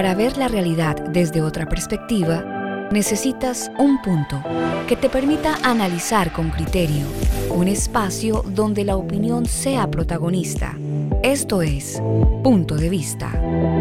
Para ver la realidad desde otra perspectiva, necesitas un punto que te permita analizar con criterio, un espacio donde la opinión sea protagonista. Esto es Punto de Vista.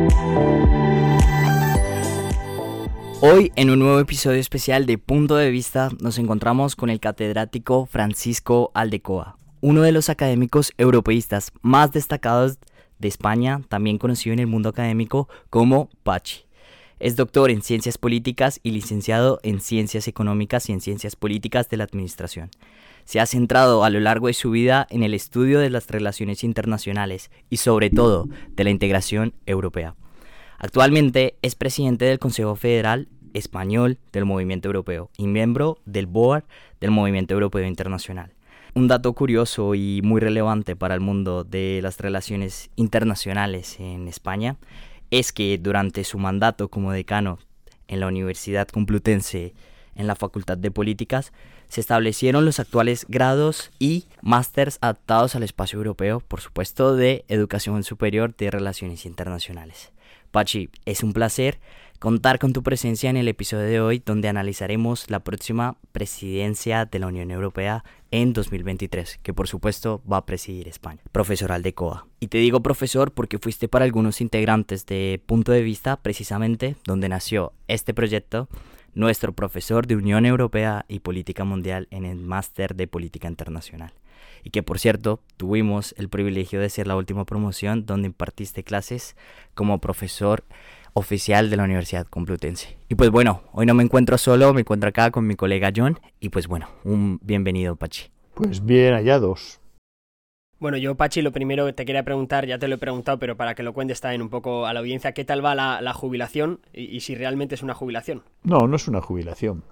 Hoy, en un nuevo episodio especial de Punto de Vista, nos encontramos con el catedrático Francisco Aldecoa, uno de los académicos europeístas más destacados de España, también conocido en el mundo académico como Pachi. Es doctor en Ciencias Políticas y licenciado en Ciencias Económicas y en Ciencias Políticas de la Administración. Se ha centrado a lo largo de su vida en el estudio de las relaciones internacionales y sobre todo de la integración europea. Actualmente es presidente del Consejo Federal Español del Movimiento Europeo y miembro del Board del Movimiento Europeo Internacional. Un dato curioso y muy relevante para el mundo de las relaciones internacionales en España es que durante su mandato como decano en la Universidad Complutense en la Facultad de Políticas se establecieron los actuales grados y másters adaptados al espacio europeo, por supuesto de Educación Superior de Relaciones Internacionales. Pachi, es un placer contar con tu presencia en el episodio de hoy, donde analizaremos la próxima presidencia de la Unión Europea en 2023, que por supuesto va a presidir España. Profesor Aldecoa. Y te digo profesor porque fuiste para algunos integrantes de Punto de Vista, precisamente donde nació este proyecto, nuestro profesor de Unión Europea y Política Mundial en el Máster de Política Internacional. Y que por cierto, tuvimos el privilegio de ser la última promoción donde impartiste clases como profesor oficial de la Universidad Complutense. Y pues bueno, hoy no me encuentro solo, me encuentro acá con mi colega John. Y pues bueno, un bienvenido, Pachi. Pues bien hallados. Bueno, yo, Pachi, lo primero que te quería preguntar, ya te lo he preguntado, pero para que lo cuentes también un poco a la audiencia, ¿qué tal va la jubilación y si realmente es una jubilación? No, no es una jubilación.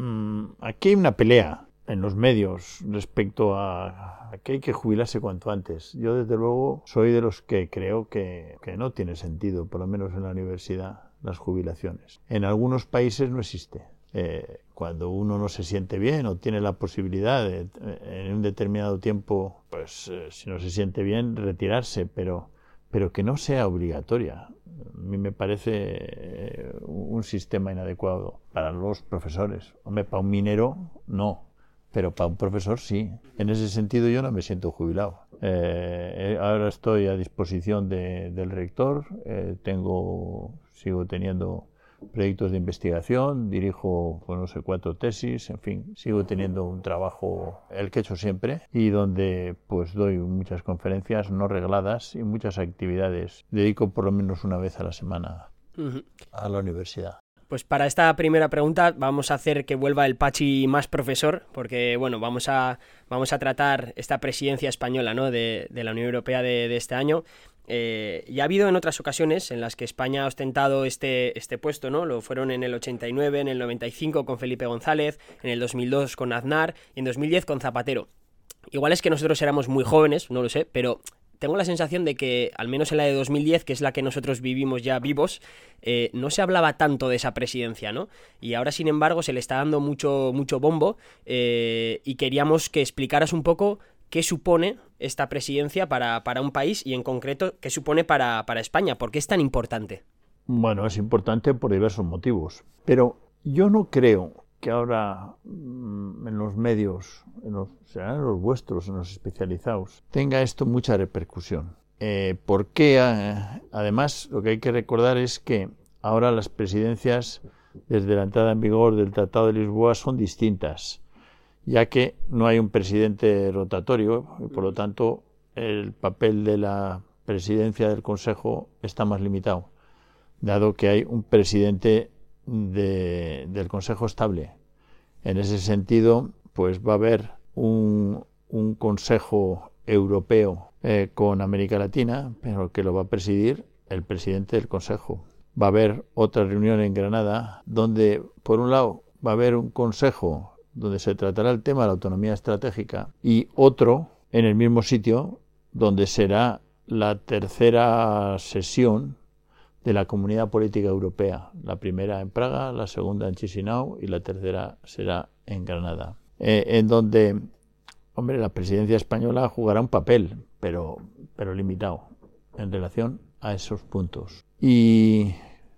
Aquí hay una pelea en los medios respecto a que hay que jubilarse cuanto antes. Yo, desde luego, soy de los que creo que no tiene sentido, por lo menos en la universidad, las jubilaciones. En algunos países no existe. Cuando uno no se siente bien o tiene la posibilidad de, en un determinado tiempo, pues si no se siente bien, retirarse, pero que no sea obligatoria. A mí me parece un sistema inadecuado para los profesores. Hombre, para un minero, no. Pero para un profesor sí. En ese sentido yo no me siento jubilado. Ahora estoy a disposición del rector, sigo teniendo proyectos de investigación, dirijo no sé 4 tesis, en fin, sigo teniendo un trabajo, el que he hecho siempre, y donde pues doy muchas conferencias no regladas y muchas actividades. Dedico por lo menos una vez a la semana a la universidad. Pues para esta primera pregunta vamos a hacer que vuelva el Pachi más profesor, porque bueno, vamos a tratar esta presidencia española, ¿no?, de la Unión Europea de este año. Y ha habido en otras ocasiones en las que España ha ostentado este puesto, ¿no? Lo fueron en el 89, en el 95 con Felipe González, en el 2002 con Aznar y en 2010 con Zapatero. Igual es que nosotros éramos muy jóvenes, no lo sé, pero tengo la sensación de que, al menos en la de 2010, que es la que nosotros vivimos ya vivos, no se hablaba tanto de esa presidencia, ¿no? Y ahora, sin embargo, se le está dando mucho bombo y queríamos que explicaras un poco qué supone esta presidencia para un país y, en concreto, qué supone para España. ¿Por qué es tan importante? Bueno, es importante por diversos motivos, pero yo no creo que ahora en los medios, serán los vuestros, en los especializados, tenga esto mucha repercusión. Porque además lo que hay que recordar es que ahora las presidencias, desde la entrada en vigor del Tratado de Lisboa, son distintas, ya que no hay un presidente rotatorio y por lo tanto el papel de la presidencia del Consejo está más limitado, dado que hay un presidente del Consejo estable. En ese sentido, pues va a haber un Consejo Europeo con América Latina, pero que lo va a presidir el presidente del Consejo. Va a haber otra reunión en Granada, donde, por un lado, va a haber un consejo donde se tratará el tema de la autonomía estratégica, y otro en el mismo sitio, donde será la tercera sesión de la Comunidad Política Europea. La primera en Praga, la segunda en Chisinau y la tercera será en Granada. En donde, hombre, la presidencia española jugará un papel, pero limitado en relación a esos puntos. Y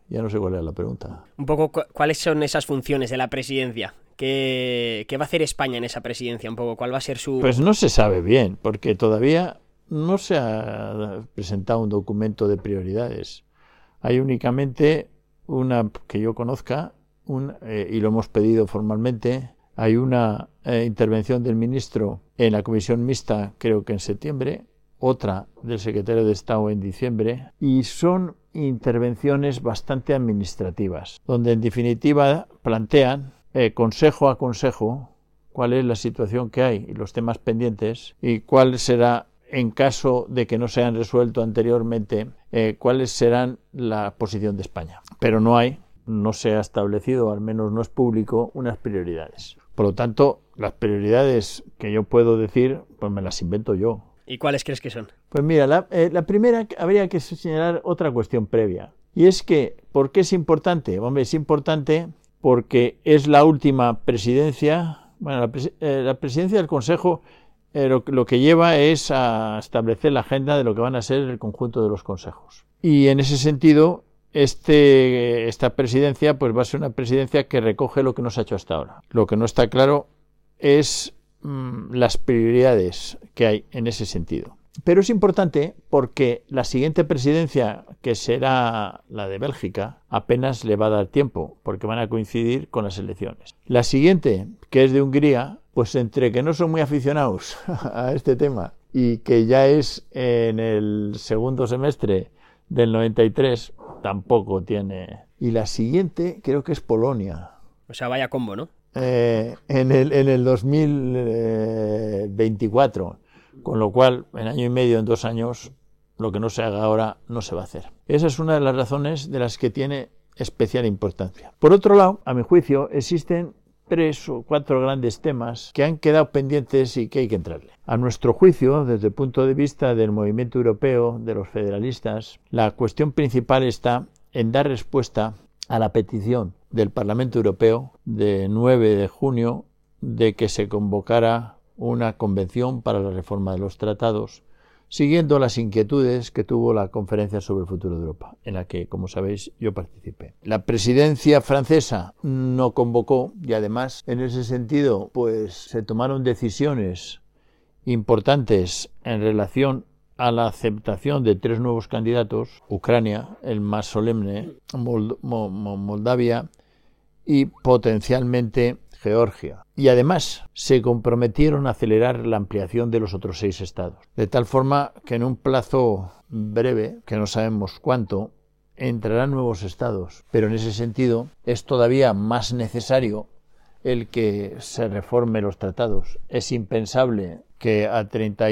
Ya no sé cuál era la pregunta. Un poco cuáles son esas funciones de la presidencia. ¿Qué va a hacer España en esa presidencia? Un poco, ¿cuál va a ser su...? Pues no se sabe bien, porque todavía no se ha presentado un documento de prioridades. Hay únicamente una que yo conozca, y lo hemos pedido formalmente. Hay una intervención del ministro en la comisión mixta, creo que en septiembre, otra del secretario de Estado en diciembre, y son intervenciones bastante administrativas, donde en definitiva plantean consejo a consejo cuál es la situación que hay y los temas pendientes y cuál será, en caso de que no se hayan resuelto anteriormente, cuáles serán la posición de España. Pero no se ha establecido, al menos no es público, unas prioridades. Por lo tanto, las prioridades que yo puedo decir, pues me las invento yo. ¿Y cuáles crees que son? Pues mira, la primera, habría que señalar otra cuestión previa. Y es que, ¿por qué es importante? Hombre, es importante porque es la última presidencia. Bueno, la presidencia del Consejo lo que lleva es a establecer la agenda de lo que van a ser el conjunto de los consejos. Y en ese sentido, esta presidencia pues va a ser una presidencia que recoge lo que no se ha hecho hasta ahora. Lo que no está claro es las prioridades que hay en ese sentido. Pero es importante porque la siguiente presidencia, que será la de Bélgica, apenas le va a dar tiempo, porque van a coincidir con las elecciones. La siguiente, que es de Hungría, pues entre que no son muy aficionados a este tema y que ya es en el segundo semestre del 93, tampoco tiene. Y la siguiente creo que es Polonia. O sea, vaya combo, ¿no? En el 2024, con lo cual en año y medio, en 2 años, lo que no se haga ahora no se va a hacer. Esa es una de las razones de las que tiene especial importancia. Por otro lado, a mi juicio, existen 3 o 4 grandes temas que han quedado pendientes y que hay que entrarle. A nuestro juicio, desde el punto de vista del movimiento europeo, de los federalistas, la cuestión principal está en dar respuesta a la petición del Parlamento Europeo de 9 de junio de que se convocara una convención para la reforma de los tratados, siguiendo las inquietudes que tuvo la Conferencia sobre el Futuro de Europa, en la que, como sabéis, yo participé. La presidencia francesa no convocó y además, en ese sentido, pues se tomaron decisiones importantes en relación a la aceptación de 3 nuevos candidatos: Ucrania, el más solemne, Moldavia y potencialmente Georgia. Y además se comprometieron a acelerar la ampliación de los otros 6 estados. De tal forma que en un plazo breve, que no sabemos cuánto, entrarán nuevos estados. Pero en ese sentido es todavía más necesario el que se reforme los tratados. Es impensable que a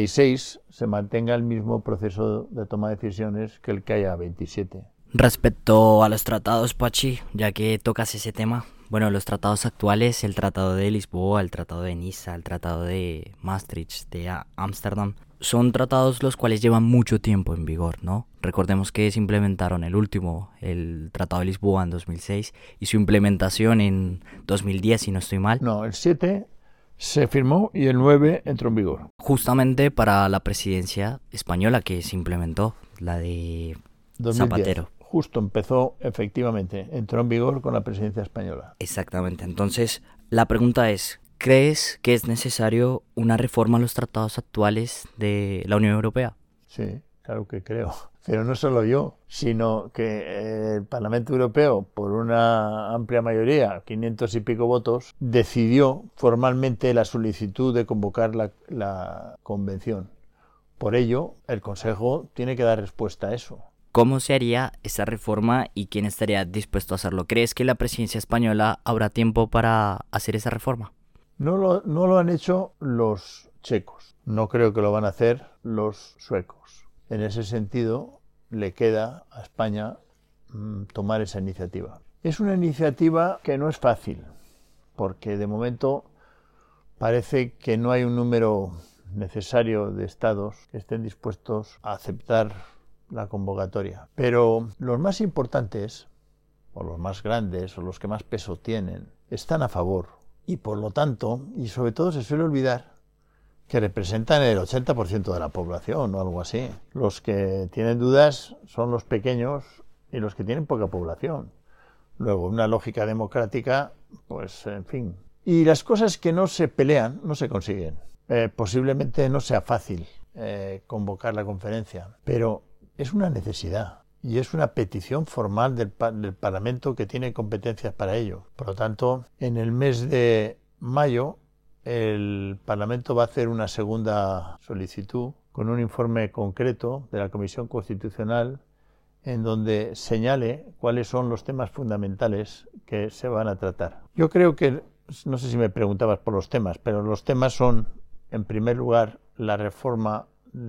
36 se mantenga el mismo proceso de toma de decisiones que el que haya a 27. Respecto a los tratados, Pachi, ya que tocas ese tema, bueno, los tratados actuales, el Tratado de Lisboa, el Tratado de Niza, el Tratado de Maastricht, de Ámsterdam, son tratados los cuales llevan mucho tiempo en vigor, ¿no? Recordemos que se implementaron el último, el Tratado de Lisboa en 2006, y su implementación en 2010, si no estoy mal. No, el 7 se firmó y el 9 entró en vigor. Justamente para la presidencia española que se implementó, la de 2010. Zapatero. Justo empezó, efectivamente, entró en vigor con la presidencia española. Exactamente. Entonces, la pregunta es, ¿crees que es necesario una reforma a los tratados actuales de la Unión Europea? Sí, claro que creo. Pero no solo yo, sino que el Parlamento Europeo, por una amplia mayoría, 500 y pico votos, decidió formalmente la solicitud de convocar la convención. Por ello, el Consejo tiene que dar respuesta a eso. ¿Cómo se haría esa reforma y quién estaría dispuesto a hacerlo? ¿Crees que la presidencia española habrá tiempo para hacer esa reforma? No lo han hecho los checos. No creo que lo van a hacer los suecos. En ese sentido, le queda a España tomar esa iniciativa. Es una iniciativa que no es fácil, porque de momento parece que no hay un número necesario de estados que estén dispuestos a aceptar la convocatoria. Pero los más importantes, o los más grandes, o los que más peso tienen, están a favor. Y por lo tanto, y sobre todo se suele olvidar, que representan el 80% de la población o algo así. Los que tienen dudas son los pequeños y los que tienen poca población. Luego, una lógica democrática, pues, en fin. Y las cosas que no se pelean no se consiguen. Posiblemente no sea fácil convocar la conferencia, pero es una necesidad y es una petición formal del Parlamento que tiene competencias para ello. Por lo tanto, en el mes de mayo el Parlamento va a hacer una segunda solicitud con un informe concreto de la Comisión Constitucional en donde señale cuáles son los temas fundamentales que se van a tratar. Yo creo que, no sé si me preguntabas por los temas, pero los temas son, en primer lugar, la reforma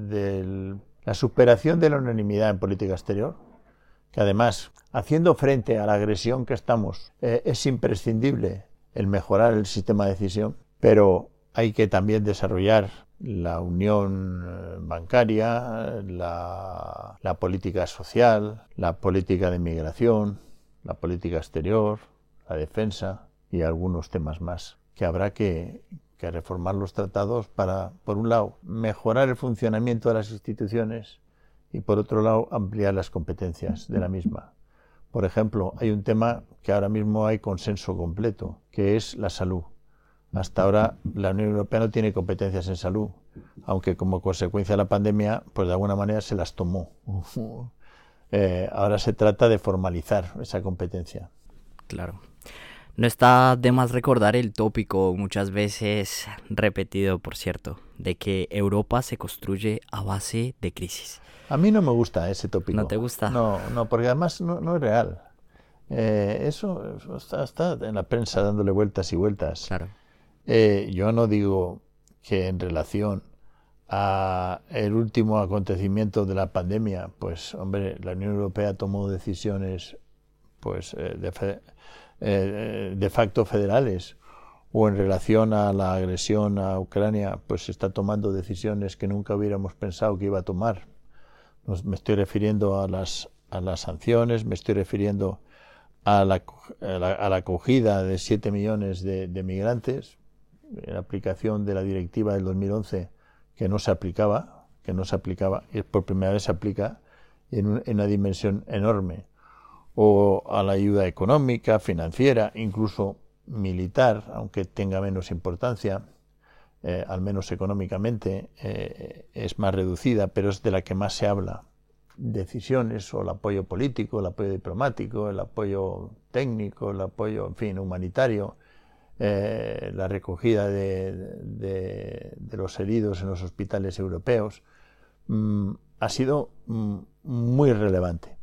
la superación de la unanimidad en política exterior, que además, haciendo frente a la agresión que estamos, es imprescindible el mejorar el sistema de decisión, pero hay que también desarrollar la unión bancaria, la política social, la política de migración, la política exterior, la defensa y algunos temas más que habrá que reformar los tratados para, por un lado, mejorar el funcionamiento de las instituciones y, por otro lado, ampliar las competencias de la misma. Por ejemplo, hay un tema que ahora mismo hay consenso completo, que es la salud. Hasta ahora la Unión Europea no tiene competencias en salud, aunque como consecuencia de la pandemia, pues de alguna manera se las tomó. Ahora se trata de formalizar esa competencia. Claro. No está de más recordar el tópico, muchas veces repetido, por cierto, de que Europa se construye a base de crisis. A mí no me gusta ese tópico. ¿No te gusta? No, porque además no es real. Eso está en la prensa dándole vueltas y vueltas. Claro. Yo no digo que en relación a el último acontecimiento de la pandemia, pues hombre, la Unión Europea tomó decisiones pues de facto federales, o en relación a la agresión a Ucrania, pues está tomando decisiones que nunca hubiéramos pensado que iba a tomar. Me estoy refiriendo a las sanciones, me estoy refiriendo a la acogida de 7 millones de migrantes, en aplicación de la directiva del 2011 que no se aplicaba, y por primera vez se aplica en una dimensión enorme, o a la ayuda económica, financiera, incluso militar, aunque tenga menos importancia, al menos económicamente, es más reducida, pero es de la que más se habla. Decisiones, o el apoyo político, el apoyo diplomático, el apoyo técnico, el apoyo, en fin, humanitario, la recogida de los heridos en los hospitales europeos, ha sido muy relevante.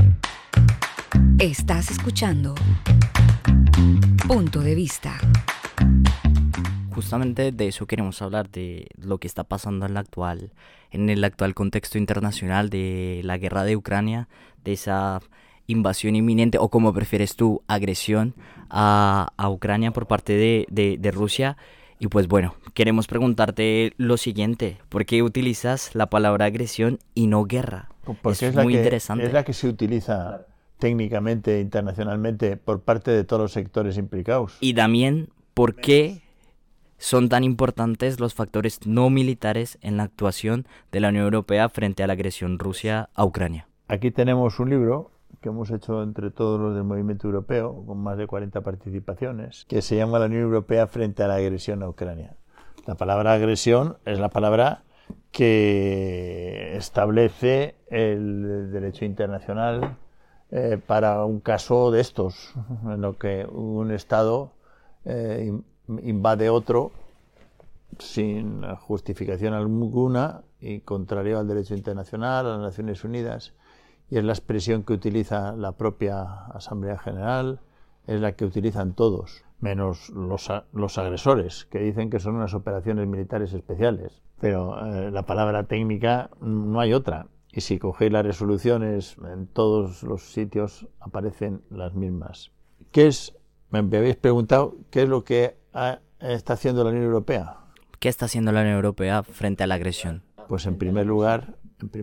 Estás escuchando Punto de Vista. Justamente de eso queremos hablar, de lo que está pasando en el actual contexto internacional, de la guerra de Ucrania, de esa invasión inminente, o como prefieres tú, agresión a Ucrania por parte de Rusia. Y pues bueno, queremos preguntarte lo siguiente: ¿por qué utilizas la palabra agresión y no guerra? Porque es muy interesante. Es la que se utiliza técnicamente, internacionalmente, por parte de todos los sectores implicados. Y también, ¿por qué son tan importantes los factores no militares en la actuación de la Unión Europea frente a la agresión Rusia a Ucrania? Aquí tenemos un libro que hemos hecho entre todos los del movimiento europeo, con más de 40 participaciones, que se llama La Unión Europea frente a la agresión a Ucrania. La palabra agresión es la palabra que establece el derecho internacional para un caso de estos, en lo que un Estado invade otro sin justificación alguna y contrario al derecho internacional, a las Naciones Unidas, y es la expresión que utiliza la propia Asamblea General, es la que utilizan todos, menos los agresores, que dicen que son unas operaciones militares especiales, pero la palabra técnica no hay otra. Y si cogéis las resoluciones, en todos los sitios aparecen las mismas. Me habéis preguntado, ¿qué es lo que está haciendo la Unión Europea? ¿Qué está haciendo la Unión Europea frente a la agresión? Pues en primer lugar,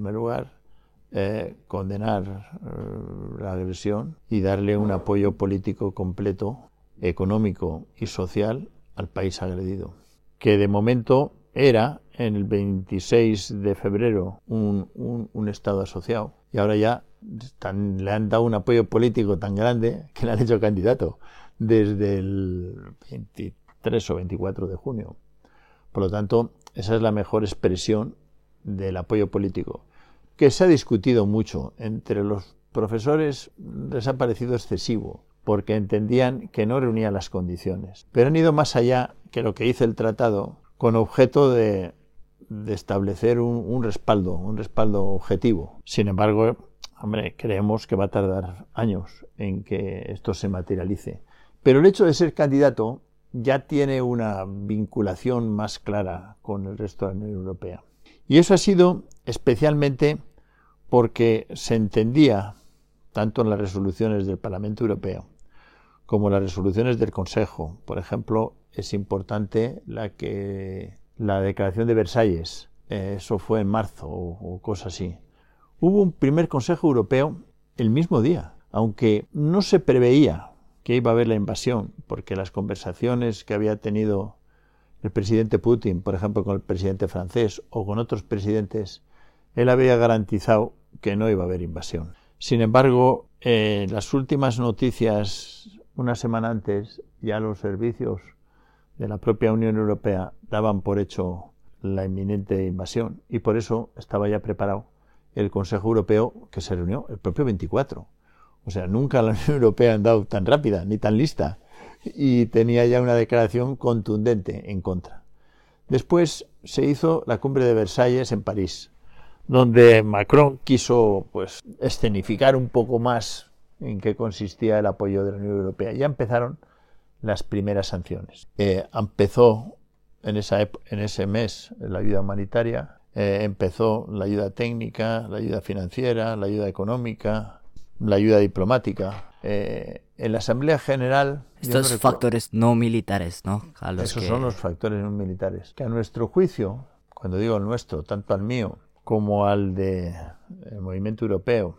condenar la agresión y darle un apoyo político completo, económico y social al país agredido, que de momento era, en el 26 de febrero, un Estado asociado, y ahora ya le han dado un apoyo político tan grande que le han hecho candidato desde el 23 o 24 de junio. Por lo tanto, esa es la mejor expresión del apoyo político, que se ha discutido mucho entre los profesores. Les ha parecido excesivo porque entendían que no reunía las condiciones, pero han ido más allá que lo que dice el tratado, con objeto de establecer un respaldo objetivo. Sin embargo, hombre, creemos que va a tardar años en que esto se materialice. Pero el hecho de ser candidato ya tiene una vinculación más clara con el resto de la Unión Europea. Y eso ha sido especialmente porque se entendía, tanto en las resoluciones del Parlamento Europeo como en las resoluciones del Consejo. Por ejemplo, es importante la Declaración de Versalles, eso fue en marzo o cosa así. Hubo un primer Consejo Europeo el mismo día, aunque no se preveía que iba a haber la invasión, porque las conversaciones que había tenido el presidente Putin, por ejemplo, con el presidente francés o con otros presidentes, él había garantizado que no iba a haber invasión. Sin embargo, las últimas noticias, una semana antes, ya los servicios de la propia Unión Europea daban por hecho la inminente invasión, y por eso estaba ya preparado el Consejo Europeo, que se reunió el propio 24. O sea, nunca la Unión Europea ha andado tan rápida ni tan lista, y tenía ya una declaración contundente en contra. Después se hizo la cumbre de Versalles en París, donde Macron quiso escenificar un poco más en qué consistía el apoyo de la Unión Europea. Ya empezaron las primeras sanciones. Empezó en ese mes la ayuda humanitaria, empezó la ayuda técnica, la ayuda financiera, la ayuda económica, la ayuda diplomática. En la Asamblea General... Estos factores no militares, ¿no? Esos son los factores no militares. Que a nuestro juicio, cuando digo el nuestro, tanto al mío como al del Movimiento Europeo,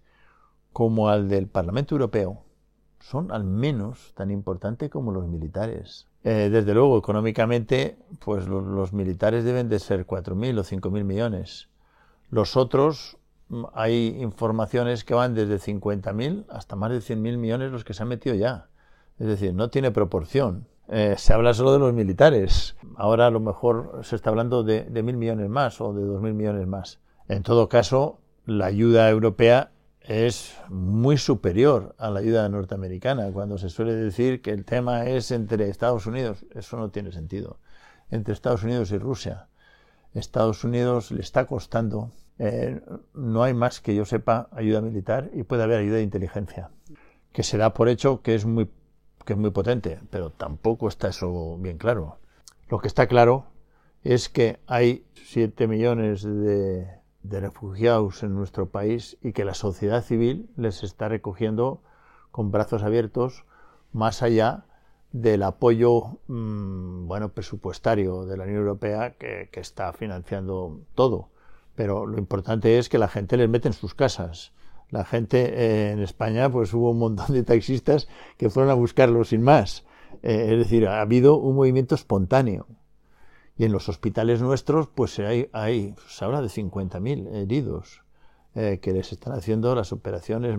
como al del Parlamento Europeo, son al menos tan importantes como los militares. Desde luego, económicamente, pues los militares deben de ser 4.000 o 5.000 millones. Los otros, hay informaciones que van desde 50.000 hasta más de 100.000 millones los que se han metido ya. Es decir, no tiene proporción. Se habla solo de los militares. Ahora a lo mejor se está hablando de 1.000 millones más o de 2.000 millones más. En todo caso, la ayuda europea es muy superior a la ayuda norteamericana. Cuando se suele decir que el tema es entre Estados Unidos, eso no tiene sentido. Entre Estados Unidos y Rusia. Estados Unidos le está costando, no hay más que yo sepa ayuda militar, y puede haber ayuda de inteligencia, que se da por hecho que es muy potente, pero tampoco está eso bien claro. Lo que está claro es que hay 7 millones de refugiados en nuestro país, y que la sociedad civil les está recogiendo con brazos abiertos, más allá del apoyo presupuestario de la Unión Europea que está financiando todo. Pero lo importante es que la gente les mete en sus casas. La gente en España, pues hubo un montón de taxistas que fueron a buscarlos sin más. Es decir, ha habido un movimiento espontáneo. Y en los hospitales nuestros, pues se habla de 50.000 heridos, que les están haciendo las operaciones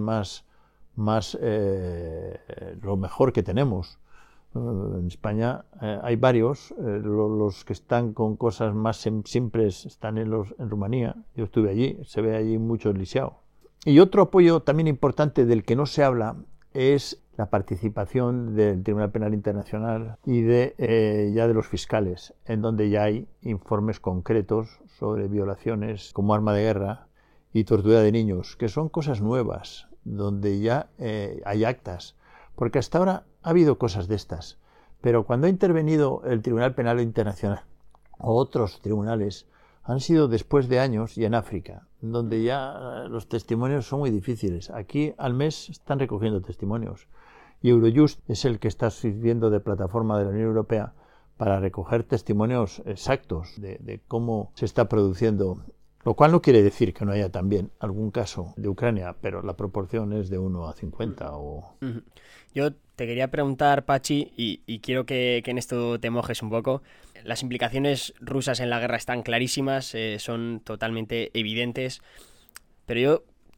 lo mejor que tenemos. En España hay varios, los que están con cosas más simples están en Rumanía. Yo estuve allí, se ve allí mucho lisiado. Y otro apoyo también importante del que no se habla es la participación del Tribunal Penal Internacional y ya de los fiscales, en donde ya hay informes concretos sobre violaciones como arma de guerra y tortura de niños, que son cosas nuevas, donde ya hay actas, porque hasta ahora ha habido cosas de estas, pero cuando ha intervenido el Tribunal Penal Internacional o otros tribunales, han sido después de años y en África, donde ya los testimonios son muy difíciles. Aquí al mes están recogiendo testimonios, y Eurojust es el que está sirviendo de plataforma de la Unión Europea para recoger testimonios exactos de cómo se está produciendo, lo cual no quiere decir que no haya también algún caso de Ucrania, pero la proporción es de 1 a 50. Yo te quería preguntar, Pachi, y quiero que en esto te mojes un poco. Las implicaciones rusas en la guerra están clarísimas, son totalmente evidentes, pero yo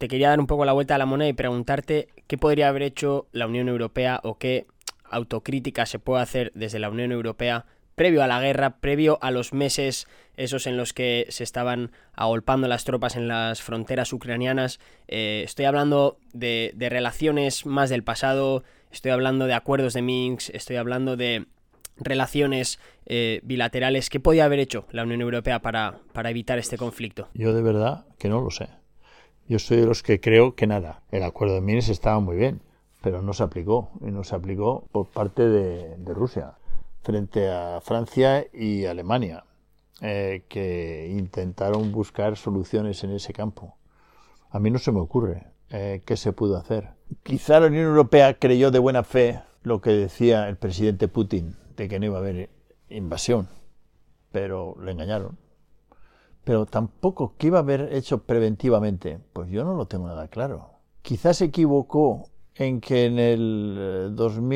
te quería dar un poco la vuelta a la moneda y preguntarte qué podría haber hecho la Unión Europea o qué autocrítica se puede hacer desde la Unión Europea previo a la guerra, previo a los meses esos en los que se estaban agolpando las tropas en las fronteras ucranianas. Estoy hablando de relaciones más del pasado, estoy hablando de acuerdos de Minsk, estoy hablando de relaciones bilaterales. ¿Qué podía haber hecho la Unión Europea para evitar este conflicto? Yo de verdad que no lo sé. Yo soy de los que creo que nada. El acuerdo de Minsk estaba muy bien, pero no se aplicó, y no se aplicó por parte de Rusia frente a Francia y Alemania, que intentaron buscar soluciones en ese campo. A mí no se me ocurre qué se pudo hacer. Quizá la Unión Europea creyó de buena fe lo que decía el presidente Putin, de que no iba a haber invasión, pero le engañaron. Pero tampoco que iba a haber hecho preventivamente, pues yo no lo tengo nada claro. Quizás se equivocó en que en el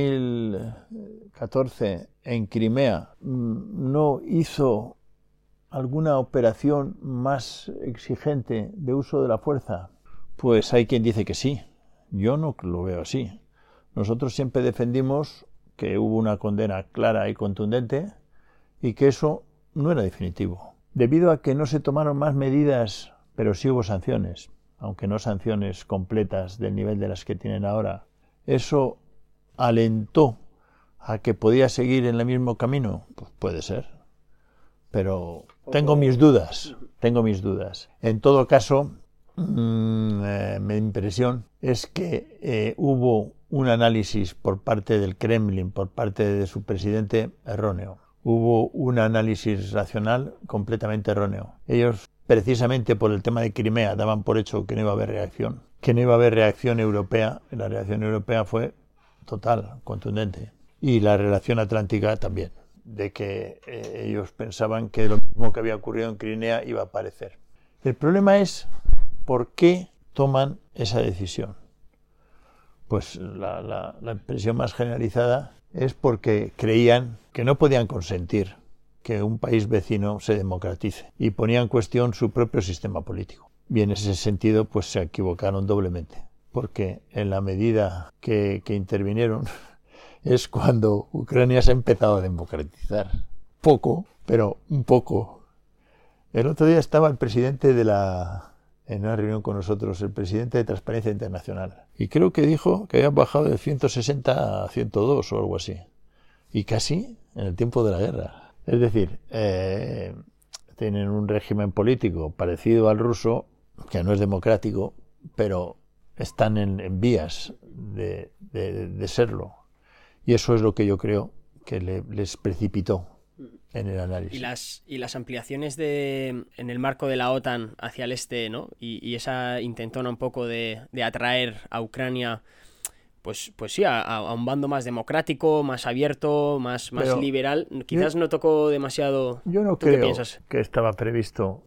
2014 en Crimea no hizo alguna operación más exigente de uso de la fuerza. Pues hay quien dice que sí. Yo no lo veo así. Nosotros siempre defendimos que hubo una condena clara y contundente y que eso no era definitivo. Debido a que no se tomaron más medidas, pero sí hubo sanciones, aunque no sanciones completas del nivel de las que tienen ahora, eso alentó a que podía seguir en el mismo camino. Pues puede ser, pero tengo mis dudas. En todo caso, mi impresión es que hubo un análisis por parte del Kremlin, por parte de su presidente, erróneo. Hubo un análisis racional completamente erróneo. Ellos, precisamente por el tema de Crimea, daban por hecho que no iba a haber reacción, europea. La reacción europea fue total, contundente. Y la relación atlántica también, de que ellos pensaban que lo mismo que había ocurrido en Crimea iba a aparecer. El problema es por qué toman esa decisión. Pues la impresión más generalizada es porque creían que no podían consentir que un país vecino se democratice y ponía en cuestión su propio sistema político. Y en ese sentido pues se equivocaron doblemente, porque en la medida que intervinieron es cuando Ucrania se ha empezado a democratizar. Poco, pero un poco. El otro día estaba el presidente en una reunión con nosotros, el presidente de Transparencia Internacional, y creo que dijo que habían bajado de 160 a 102 o algo así, y casi en el tiempo de la guerra. Es decir, tienen un régimen político parecido al ruso, que no es democrático, pero están en vías de serlo. Y eso es lo que yo creo que les precipitó en el análisis. Y las ampliaciones en el marco de la OTAN hacia el este, ¿no? Y esa intentona un poco de atraer a Ucrania, pues sí, a un bando más democrático, más abierto, más liberal. Quizás no tocó demasiado. Yo no creo que estaba previsto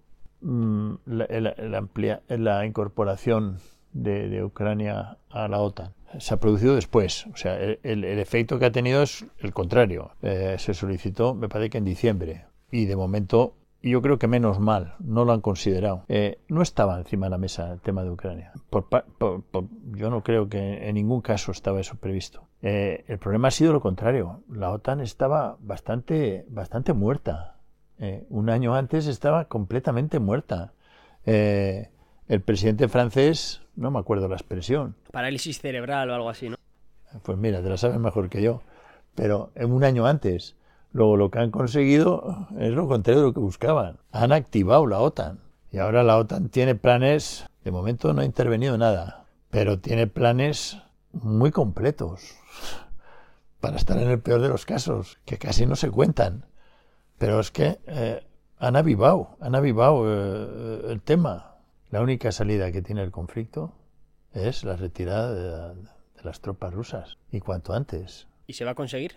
la incorporación de Ucrania a la OTAN. Se ha producido después. O sea, el efecto que ha tenido es el contrario. Se solicitó, me parece que en diciembre, y de momento yo creo que menos mal, no lo han considerado. No estaba encima de la mesa el tema de Ucrania. Yo no creo que en ningún caso estaba eso previsto. El problema ha sido lo contrario. La OTAN estaba bastante muerta. Un año antes estaba completamente muerta. El presidente francés, no me acuerdo la expresión. Parálisis cerebral o algo así, ¿no? Pues mira, te la sabes mejor que yo. Pero en un año antes. Luego lo que han conseguido es lo contrario de lo que buscaban. Han activado la OTAN. Y ahora la OTAN tiene planes, de momento no ha intervenido nada, pero tiene planes muy completos para estar en el peor de los casos, que casi no se cuentan. Pero es que han avivado el tema. La única salida que tiene el conflicto es la retirada de las tropas rusas, y cuanto antes. ¿Y se va a conseguir?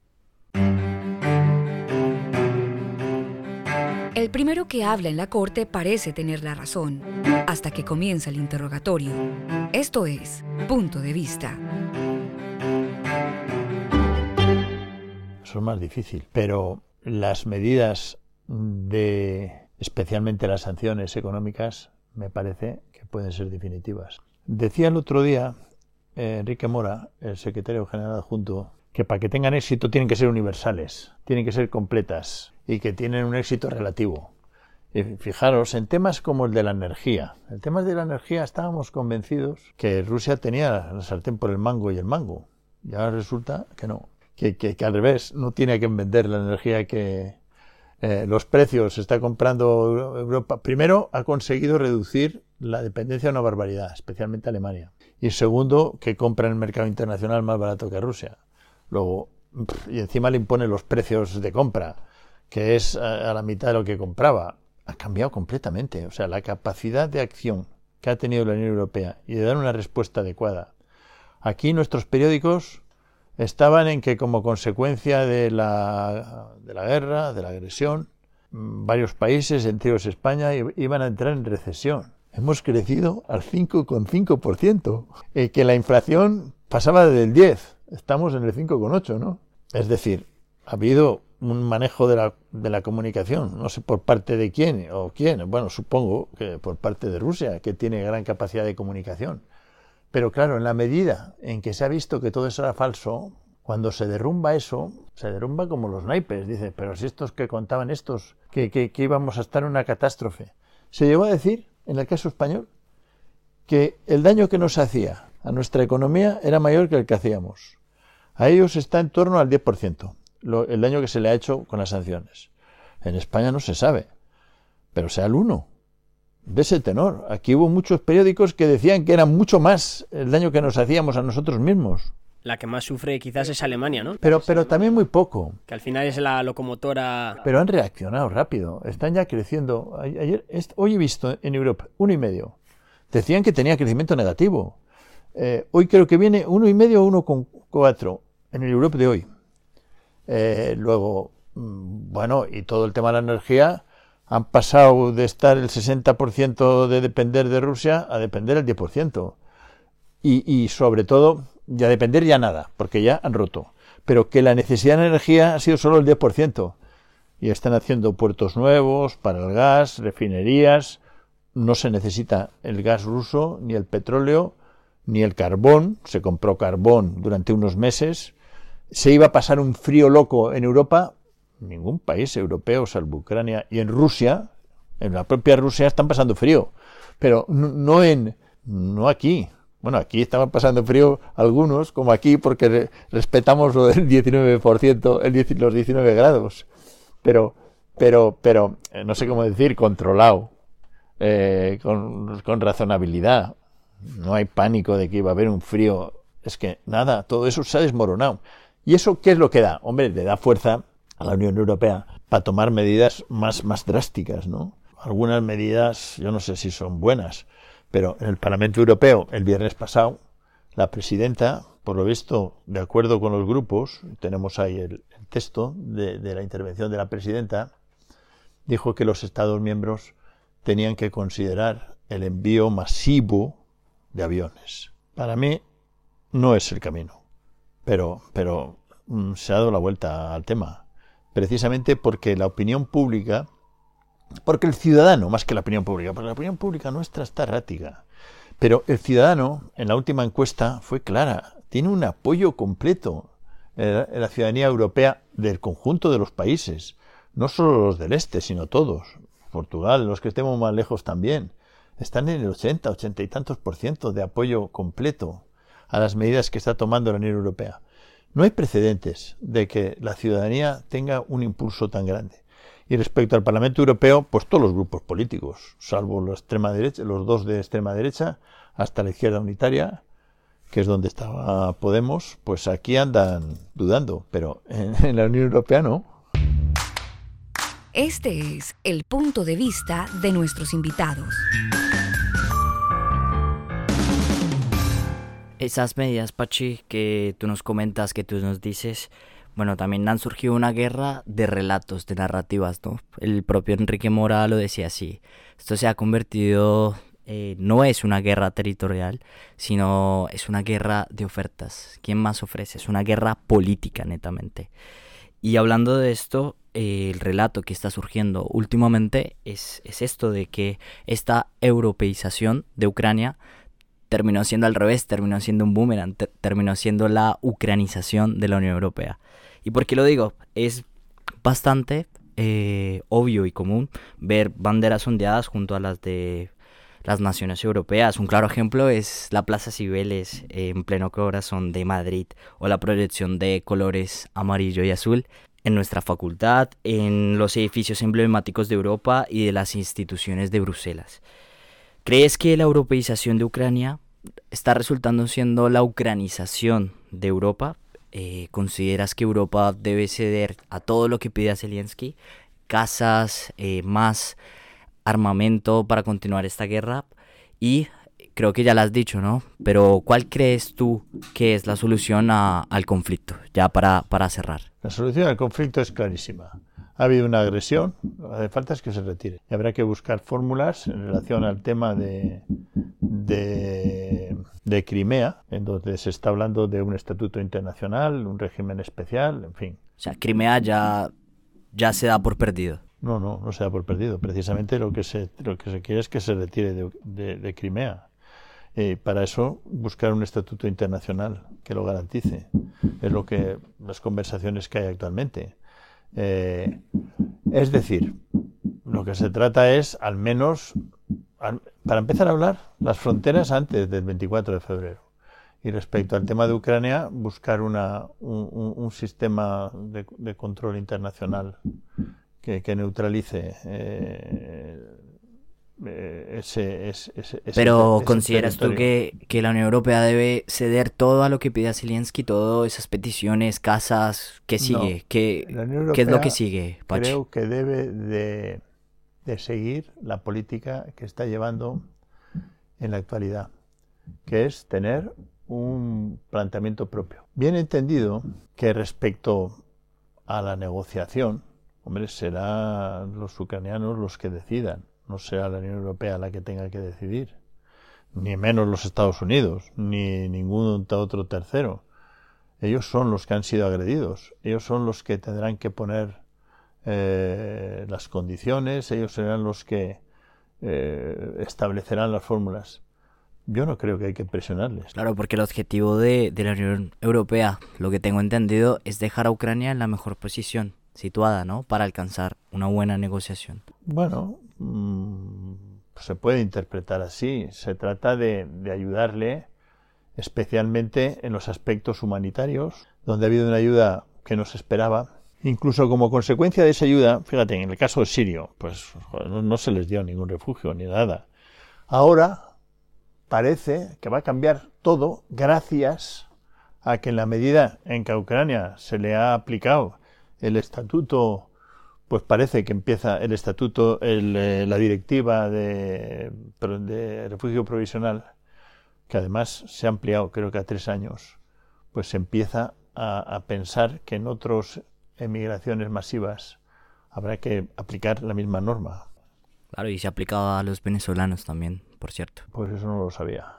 El primero que habla en la corte parece tener la razón, hasta que comienza el interrogatorio. Esto es Punto de Vista. Eso es más difícil, pero las medidas especialmente las sanciones económicas, me parece que pueden ser definitivas. Decía el otro día Enrique Mora, el secretario general adjunto, que para que tengan éxito tienen que ser universales, tienen que ser completas y que tienen un éxito relativo. Y fijaros, en temas como el de la energía. En temas de la energía estábamos convencidos que Rusia tenía la sartén por el mango y el mango. Y ahora resulta que no, que al revés, no tiene que vender la energía que los precios se está comprando Europa. Primero, ha conseguido reducir la dependencia a una barbaridad, especialmente Alemania. Y segundo, que compra en el mercado internacional más barato que Rusia. Luego, y encima le impone los precios de compra, que es a la mitad de lo que compraba. Ha cambiado completamente. O sea, la capacidad de acción que ha tenido la Unión Europea y de dar una respuesta adecuada. Aquí nuestros periódicos estaban en que como consecuencia de la guerra, de la agresión, varios países, entre ellos España, iban a entrar en recesión. Hemos crecido al 5,5%. Que la inflación pasaba del 10%. Estamos en el 5,8%, ¿no? Es decir, ha habido un manejo de la comunicación, no sé por parte de quién o quién, bueno, supongo que por parte de Rusia, que tiene gran capacidad de comunicación. Pero claro, en la medida en que se ha visto que todo eso era falso, cuando se derrumba eso, se derrumba como los naipes. Dice, pero si estos que contaban estos, que íbamos a estar en una catástrofe. Se llegó a decir, en el caso español, que el daño que nos hacía a nuestra economía era mayor que el que hacíamos. A ellos está en torno al 10%. El daño que se le ha hecho con las sanciones. En España no se sabe, pero sea el 1%. De ese tenor. Aquí hubo muchos periódicos que decían que era mucho más el daño que nos hacíamos a nosotros mismos. La que más sufre quizás es Alemania, ¿no? Pero también muy poco. Que al final es la locomotora... Pero han reaccionado rápido. Están ya creciendo. Hoy he visto en Europa 1,5%. Decían que tenía crecimiento negativo. Hoy creo que viene 1,5 o 1,4 en el Europa de hoy. Luego, bueno, y todo el tema de la energía, han pasado de estar el 60% de depender de Rusia a depender el 10%. Y sobre todo, ya depender ya nada, porque ya han roto. Pero que la necesidad de energía ha sido solo el 10%. Y están haciendo puertos nuevos para el gas, refinerías. No se necesita el gas ruso, ni el petróleo, ni el carbón. Se compró carbón durante unos meses. Se iba a pasar un frío loco en Europa. Ningún país europeo, salvo Ucrania, y en Rusia, en la propia Rusia, están pasando frío. Pero no aquí. Bueno, aquí estaban pasando frío algunos, como aquí, porque respetamos lo del 19%, los 19 grados. Pero no sé cómo decir, controlado, con razonabilidad. No hay pánico de que iba a haber un frío. Es que nada, todo eso se ha desmoronado. ¿Y eso qué es lo que da? Hombre, le da fuerza a la Unión Europea para tomar medidas más drásticas, ¿no? Algunas medidas, yo no sé si son buenas, pero en el Parlamento Europeo, el viernes pasado, la presidenta, por lo visto, de acuerdo con los grupos, tenemos ahí el texto de la intervención de la presidenta, dijo que los Estados miembros tenían que considerar el envío masivo de aviones. Para mí no es el camino, pero se ha dado la vuelta al tema. Precisamente porque la opinión pública, porque el ciudadano, más que la opinión pública, porque la opinión pública nuestra está errática, pero el ciudadano, en la última encuesta, fue clara, tiene un apoyo completo en la ciudadanía europea del conjunto de los países, no solo los del este, sino todos. Portugal, los que estemos más lejos también, están en el 80 y tantos % de apoyo completo a las medidas que está tomando la Unión Europea. No hay precedentes de que la ciudadanía tenga un impulso tan grande. Y respecto al Parlamento Europeo, pues todos los grupos políticos, salvo la extrema derecha, los dos de extrema derecha, hasta la izquierda unitaria, que es donde estaba Podemos, pues aquí andan dudando, pero en la Unión Europea no. Este es el punto de vista de nuestros invitados. Esas medidas, Pachi, que tú nos comentas, que tú nos dices, bueno, también han surgido una guerra de relatos, de narrativas, ¿no? El propio Enrique Mora lo decía así. Esto se ha convertido, no es una guerra territorial, sino es una guerra de ofertas. ¿Quién más ofrece? Es una guerra política, netamente. Y hablando de esto, el relato que está surgiendo últimamente es esto de que esta europeización de Ucrania terminó siendo al revés, terminó siendo un boomerang, terminó siendo la ucranización de la Unión Europea. ¿Y por qué lo digo? Es bastante obvio y común ver banderas ondeadas junto a las de las naciones europeas. Un claro ejemplo es la Plaza Cibeles en pleno corazón de Madrid, o la proyección de colores amarillo y azul en nuestra facultad, en los edificios emblemáticos de Europa y de las instituciones de Bruselas. ¿Crees que la europeización de Ucrania está resultando siendo la ucranización de Europa? ¿Consideras que Europa debe ceder a todo lo que pide a Zelensky? ¿Casas, más armamento para continuar esta guerra? Y creo que ya lo has dicho, ¿no? Pero ¿cuál crees tú que es la solución al conflicto? Ya para cerrar. La solución al conflicto es clarísima. Ha habido una agresión, lo que hace falta es que se retire. Y habrá que buscar fórmulas en relación al tema de Crimea, en donde se está hablando de un estatuto internacional, un régimen especial, en fin. O sea, Crimea ya se da por perdido. No se da por perdido. Precisamente lo que se quiere es que se retire de Crimea. Para eso, buscar un estatuto internacional que lo garantice. Es lo que las conversaciones que hay actualmente. Es decir, lo que se trata es, al menos, para empezar a hablar, las fronteras antes del 24 de febrero. Y respecto al tema de Ucrania, buscar un sistema de control internacional que neutralice ese Pero ¿consideras tú que la Unión Europea debe ceder todo a lo que pide Zelensky, todas esas peticiones, casas? ¿Qué sigue? No, ¿Qué es lo que sigue, Pachi? Creo que debe de seguir la política que está llevando en la actualidad, que es tener un planteamiento propio. Bien entendido que respecto a la negociación, hombre, serán los ucranianos los que decidan. No será la Unión Europea la que tenga que decidir, ni menos los Estados Unidos, ni ningún otro tercero. Ellos son los que han sido agredidos, ellos son los que tendrán que poner las condiciones, ellos serán los que establecerán las fórmulas. Yo no creo que hay que presionarles. Claro, porque el objetivo de la Unión Europea, lo que tengo entendido, es dejar a Ucrania en la mejor posición situada, ¿no?, para alcanzar una buena negociación. Bueno, se puede interpretar así. Se trata de ayudarle, especialmente en los aspectos humanitarios, donde ha habido una ayuda que no se esperaba. Incluso como consecuencia de esa ayuda, fíjate, en el caso sirio, pues no se les dio ningún refugio ni nada. Ahora parece que va a cambiar todo gracias a que en la medida en que a Ucrania se le ha aplicado el estatuto, pues parece que empieza el estatuto, la directiva de refugio provisional, que además se ha ampliado creo que a 3 años, pues se empieza a pensar que en otras emigraciones masivas habrá que aplicar la misma norma. Claro, y se ha aplicado a los venezolanos también, por cierto. Pues eso no lo sabía.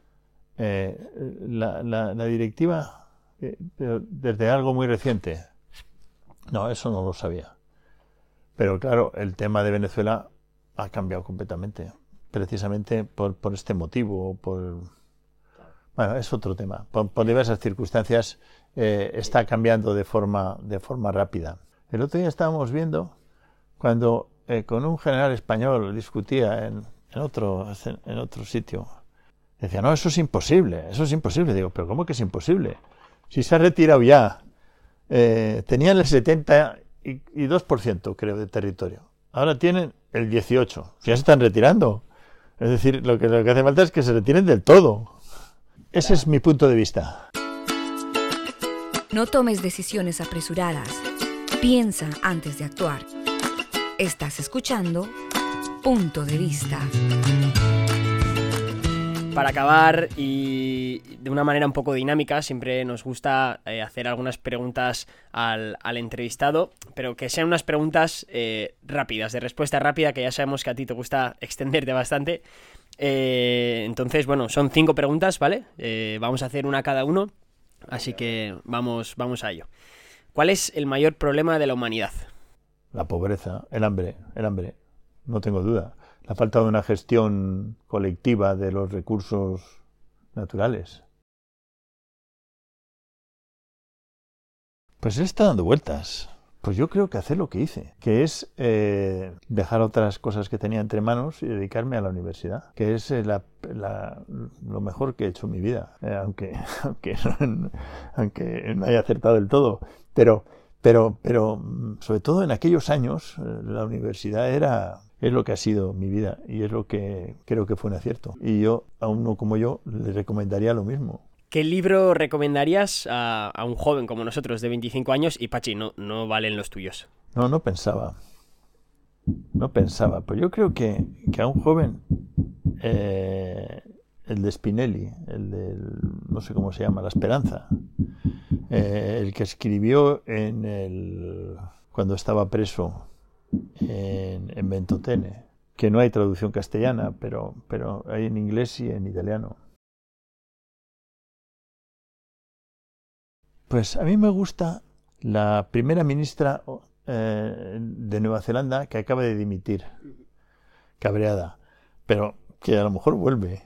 La directiva, desde algo muy reciente, no, eso no lo sabía. Pero claro, el tema de Venezuela ha cambiado completamente, precisamente por este motivo. Bueno, es otro tema. Por diversas circunstancias está cambiando de forma rápida. El otro día estábamos viendo cuando con un general español discutía en otro sitio. Decía, no, eso es imposible. Digo, pero ¿cómo que es imposible? Si se ha retirado ya. Tenían el 72%, creo, de territorio. Ahora tienen el 18%. Ya se están retirando. Es decir, lo que hace falta es que se retiren del todo. Ese es mi punto de vista. No tomes decisiones apresuradas. Piensa antes de actuar. Estás escuchando Punto de Vista. Para acabar, y de una manera un poco dinámica, siempre nos gusta hacer algunas preguntas al entrevistado, pero que sean unas preguntas rápidas, de respuesta rápida, que ya sabemos que a ti te gusta extenderte bastante. Entonces, bueno, son 5 preguntas, ¿vale? Vamos a hacer una cada uno, así que vamos a ello. ¿Cuál es el mayor problema de la humanidad? la pobreza, el hambre, no tengo duda. La falta de una gestión colectiva de los recursos naturales. Pues él está dando vueltas. Pues yo creo que hacer lo que hice, que es dejar otras cosas que tenía entre manos y dedicarme a la universidad, que es lo mejor que he hecho en mi vida, aunque no haya acertado del todo, pero sobre todo en aquellos años la universidad es lo que ha sido mi vida y es lo que creo que fue un acierto. Y yo, a uno como yo, le recomendaría lo mismo. ¿Qué libro recomendarías a un joven como nosotros de 25 años? Y Pachi, no valen los tuyos. No pensaba. Pues yo creo que a un joven, el de Spinelli, el del, no sé cómo se llama, La Esperanza, el que escribió cuando estaba preso en Ventotene, que no hay traducción castellana, pero hay en inglés y en italiano. Pues a mí me gusta la primera ministra de Nueva Zelanda que acaba de dimitir, cabreada, pero que a lo mejor vuelve.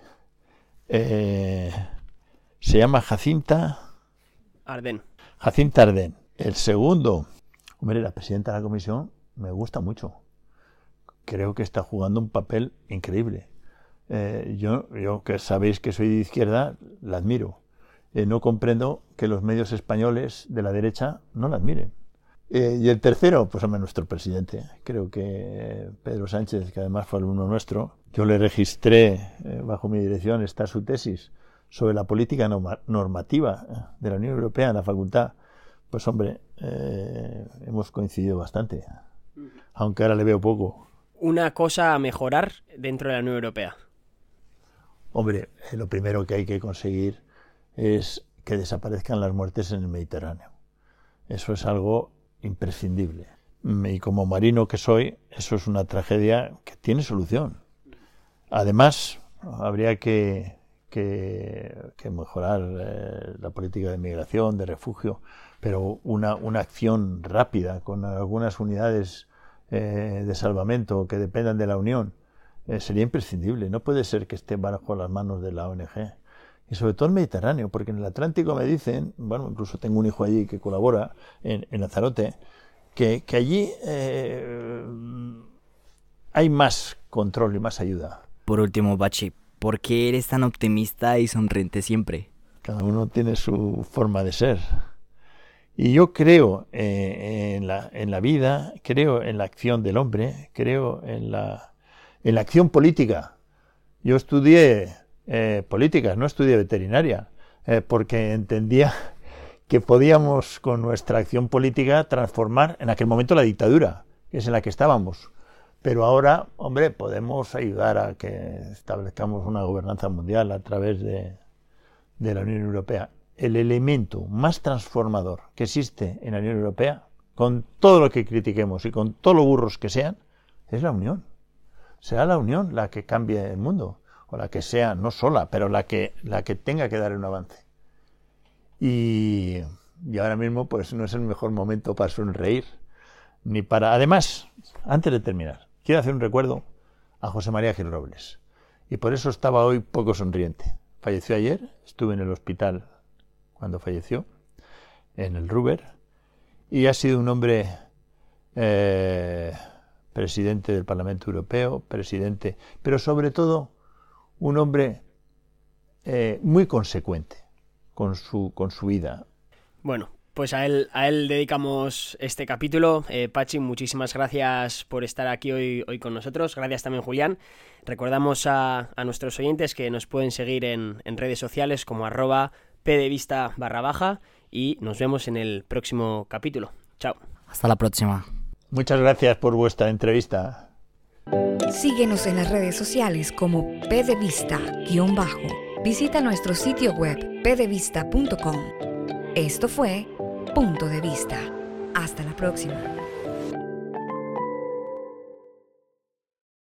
Se llama Jacinta Ardern. El segundo, hombre, la presidenta de la comisión me gusta mucho. Creo que está jugando un papel increíble. Yo que sabéis que soy de izquierda, la admiro. No comprendo que los medios españoles de la derecha no la admiren. Y el tercero, pues hombre, nuestro presidente. Creo que Pedro Sánchez, que además fue alumno nuestro, yo le registré, bajo mi dirección, está su tesis sobre la política normativa de la Unión Europea en la facultad. Pues hombre, hemos coincidido bastante, aunque ahora le veo poco. ¿Una cosa a mejorar dentro de la Unión Europea? Hombre, lo primero que hay que conseguir es que desaparezcan las muertes en el Mediterráneo. Eso es algo imprescindible. Y como marino que soy, eso es una tragedia que tiene solución. Además, habría que mejorar la política de migración, de refugio, pero una acción rápida con algunas unidades de salvamento que dependan de la Unión sería imprescindible. No puede ser que esté bajo las manos de la ONG. Y sobre todo el Mediterráneo, porque en el Atlántico me dicen, bueno, incluso tengo un hijo allí que colabora en Lanzarote, que allí hay más control y más ayuda. Por último, Pachi, ¿por qué eres tan optimista y sonriente siempre? Cada uno tiene su forma de ser. Y yo creo en la vida, creo en la acción del hombre, creo en la acción política. Yo estudié políticas, no estudié veterinaria, porque entendía que podíamos con nuestra acción política transformar en aquel momento la dictadura, que es en la que estábamos. Pero ahora, hombre, podemos ayudar a que establezcamos una gobernanza mundial a través de la Unión Europea. El elemento más transformador que existe en la Unión Europea, con todo lo que critiquemos y con todos los burros que sean, es la Unión. Será la Unión la que cambie el mundo, o la que sea, no sola, pero la que tenga que dar un avance. Y ahora mismo pues no es el mejor momento para sonreír, ni para... Además, antes de terminar, quiero hacer un recuerdo a José María Gil Robles, y por eso estaba hoy poco sonriente. Falleció ayer, estuve en el hospital cuando falleció, en el Ruber, y ha sido un hombre presidente del Parlamento Europeo, pero sobre todo un hombre muy consecuente con su vida. Bueno, pues a él dedicamos este capítulo. Pachi, muchísimas gracias por estar aquí hoy con nosotros. Gracias también, Julián. Recordamos a nuestros oyentes que nos pueden seguir en redes sociales como @pdevista_, y nos vemos en el próximo capítulo. Chao. Hasta la próxima. Muchas gracias por vuestra entrevista. Síguenos en las redes sociales como pdevista_. Visita nuestro sitio web pdevista.com. Esto fue Punto de Vista. Hasta la próxima.